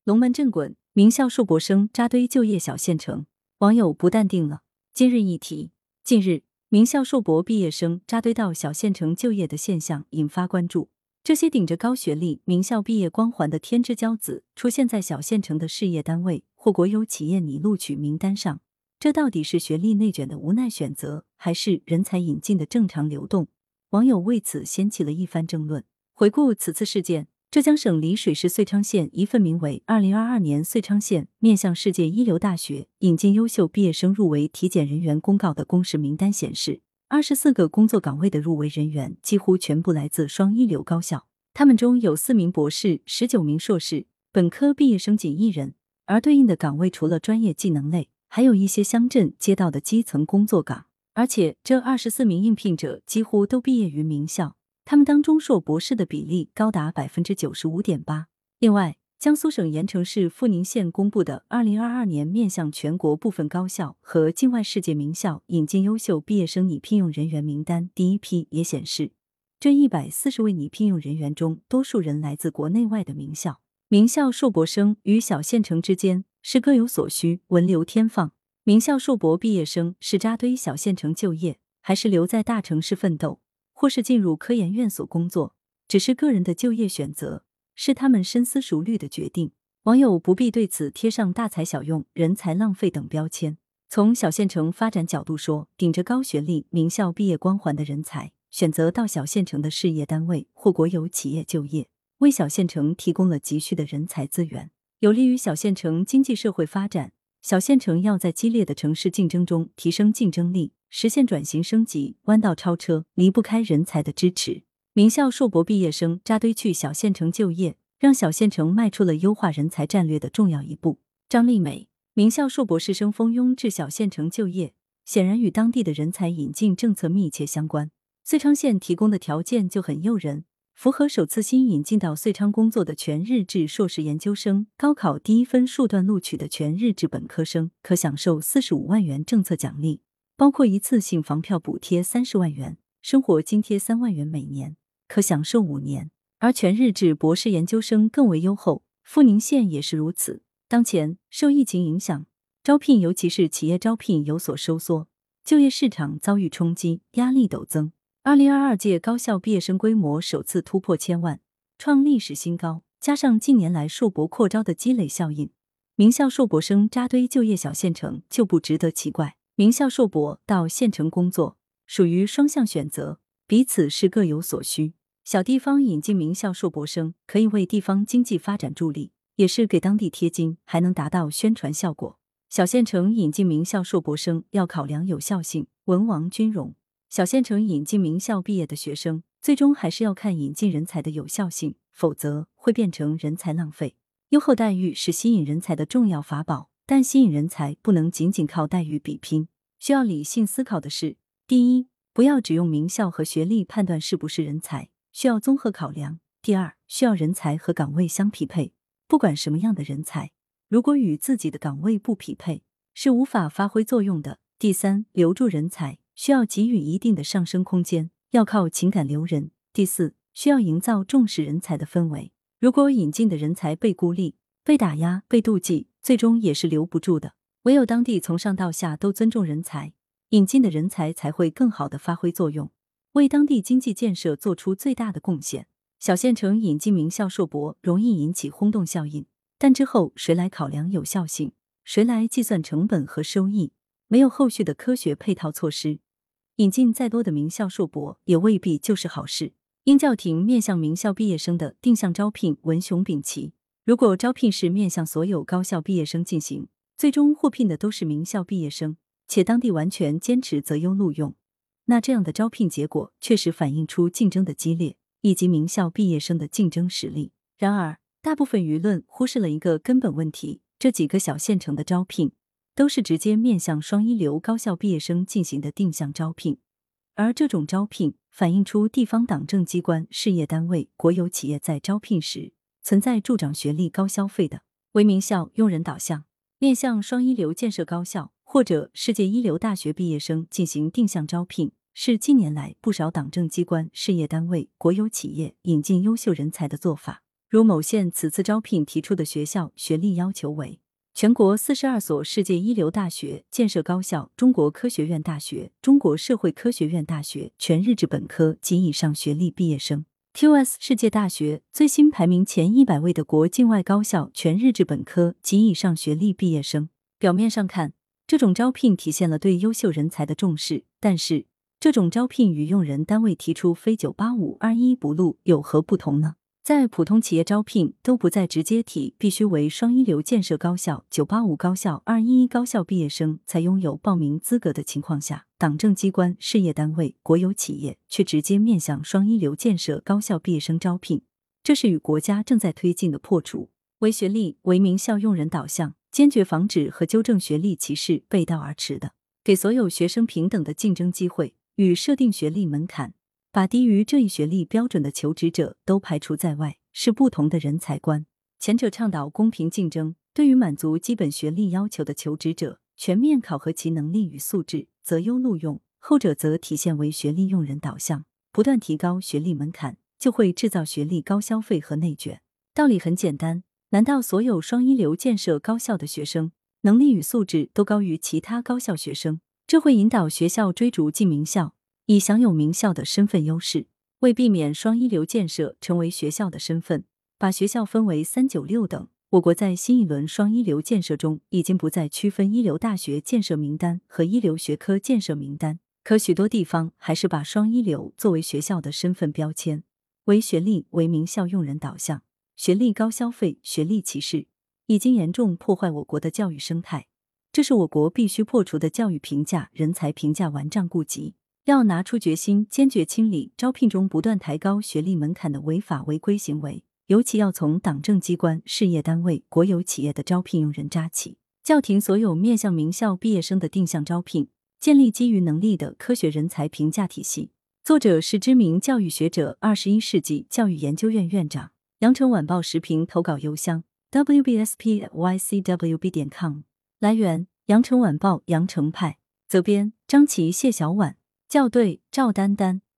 龙门阵滚，名校硕博生扎堆就业小县城，网友不淡定了。今日一题，近日名校硕博毕业生扎堆到小县城就业的现象引发关注。这些顶着高学历、名校毕业光环的天之骄子，出现在小县城的事业单位或国有企业拟录取名单上，这到底是学历内卷的无奈选择，还是人才引进的正常流动？网友为此掀起了一番争论。回顾此次事件，浙江省丽水市遂昌县一份名为2022年遂昌县面向世界一流大学引进优秀毕业生入围体检人员公告的公示名单显示，24个工作岗位的入围人员几乎全部来自双一流高校，他们中有4名博士、19名硕士，本科毕业生仅1人，而对应的岗位除了专业技能类，还有一些乡镇街道的基层工作岗。而且这24名应聘者几乎都毕业于名校，他们当中硕博士的比例高达 95.8%。 另外，江苏省盐城市阜宁县公布的2022年面向全国部分高校和境外世界名校引进优秀毕业生拟聘用人员名单第一批也显示，这140位拟聘用人员中，多数人来自国内外的名校。名校硕博生与小县城之间是各有所需，文流天放。名校硕博毕业生是扎堆小县城就业，还是留在大城市奋斗，或是进入科研院所工作，只是个人的就业选择，是他们深思熟虑的决定。网友不必对此贴上大材小用、人才浪费等标签。从小县城发展角度说，顶着高学历、名校毕业光环的人才选择到小县城的事业单位或国有企业就业，为小县城提供了急需的人才资源，有利于小县城经济社会发展。小县城要在激烈的城市竞争中提升竞争力，实现转型升级、弯道超车，离不开人才的支持。名校硕博毕业生扎堆去小县城就业，让小县城迈出了优化人才战略的重要一步。张丽美，名校硕博士生蜂拥至小县城就业，显然与当地的人才引进政策密切相关。遂昌县提供的条件就很诱人，符合首次新引进到遂昌工作的全日制硕士研究生，高考第一分数段录取的全日制本科生可享受45万元政策奖励，包括一次性房票补贴30万元，生活津贴3万元每年，可享受5年。而全日制博士研究生更为优厚，阜宁县也是如此。当前受疫情影响，招聘尤其是企业招聘有所收缩，就业市场遭遇冲击，压力陡增。2022届高校毕业生规模首次突破1000万，创历史新高，加上近年来硕博扩招的积累效应，名校硕博生扎堆就业小县城就不值得奇怪。名校硕博到县城工作属于双向选择，彼此是各有所需。小地方引进名校硕博生可以为地方经济发展助力，也是给当地贴金，还能达到宣传效果。小县城引进名校硕博生要考量有效性、文王军容。小县城引进名校毕业的学生，最终还是要看引进人才的有效性，否则会变成人才浪费。优厚待遇是吸引人才的重要法宝，但吸引人才不能仅仅靠待遇比拼，需要理性思考的是：第一，不要只用名校和学历判断是不是人才，需要综合考量；第二，需要人才和岗位相匹配，不管什么样的人才，如果与自己的岗位不匹配，是无法发挥作用的；第三，留住人才需要给予一定的上升空间，要靠情感留人；第四，需要营造重视人才的氛围。如果引进的人才被孤立、被打压、被妒忌，最终也是留不住的。唯有当地从上到下都尊重人才，引进的人才才会更好的发挥作用，为当地经济建设做出最大的贡献。小县城引进名校硕博容易引起轰动效应，但之后谁来考量有效性？谁来计算成本和收益？没有后续的科学配套措施，引进再多的名校硕博也未必就是好事。应叫停面向名校毕业生的定向招聘，文雄丙奇。如果招聘是面向所有高校毕业生进行，最终获聘的都是名校毕业生，且当地完全坚持择优录用，那这样的招聘结果确实反映出竞争的激烈，以及名校毕业生的竞争实力。然而，大部分舆论忽视了一个根本问题，这几个小县城的招聘都是直接面向双一流高校毕业生进行的定向招聘，而这种招聘反映出地方党政机关、事业单位、国有企业在招聘时存在助长学历高消费的为名校用人导向，面向双一流建设高校或者世界一流大学毕业生进行定向招聘，是近年来不少党政机关、事业单位、国有企业引进优秀人才的做法。 如某县此次招聘提出的学校学历要求为全国42所世界一流大学、建设高校、中国科学院大学、中国社会科学院大学全日制本科及以上学历毕业生。QS 世界大学最新排名前100位的国境外高校全日制本科及以上学历毕业生。表面上看，这种招聘体现了对优秀人才的重视，但是这种招聘与用人单位提出非985、21不录有何不同呢？在普通企业招聘都不再直接提必须为双一流建设高校、985高校、211高校毕业生才拥有报名资格的情况下，党政机关、事业单位、国有企业却直接面向双一流建设高校毕业生招聘，这是与国家正在推进的破除唯学历、唯名校用人导向，坚决防止和纠正学历歧视背道而驰的，给所有学生平等的竞争机会，与设定学历门槛，把低于这一学历标准的求职者都排除在外，是不同的人才观。前者倡导公平竞争，对于满足基本学历要求的求职者，全面考核其能力与素质，择优录用；后者则体现为学历用人导向，不断提高学历门槛，就会制造学历高消费和内卷。道理很简单，难道所有双一流建设高校的学生能力与素质都高于其他高校学生？这会引导学校追逐进名校，以享有名校的身份优势。为避免双一流建设成为学校的身份，把学校分为396等，我国在新一轮双一流建设中已经不再区分一流大学建设名单和一流学科建设名单，可许多地方还是把双一流作为学校的身份标签，唯学历、唯名校用人导向，学历高消费、学历歧视，已经严重破坏我国的教育生态。这是我国必须破除的教育评价、人才评价顽瘴痼疾。要拿出决心，坚决清理招聘中不断抬高学历门槛的违法违规行为，尤其要从党政机关、事业单位、国有企业的招聘用人扎起，叫停所有面向名校毕业生的定向招聘，建立基于能力的科学人才评价体系。作者是知名教育学者，21世纪教育研究院院长。羊城晚报时评投稿邮箱 wbsp@ycwb.com。 来源：羊城晚报羊城派。责编：张琪、谢小婉。校对：赵丹丹。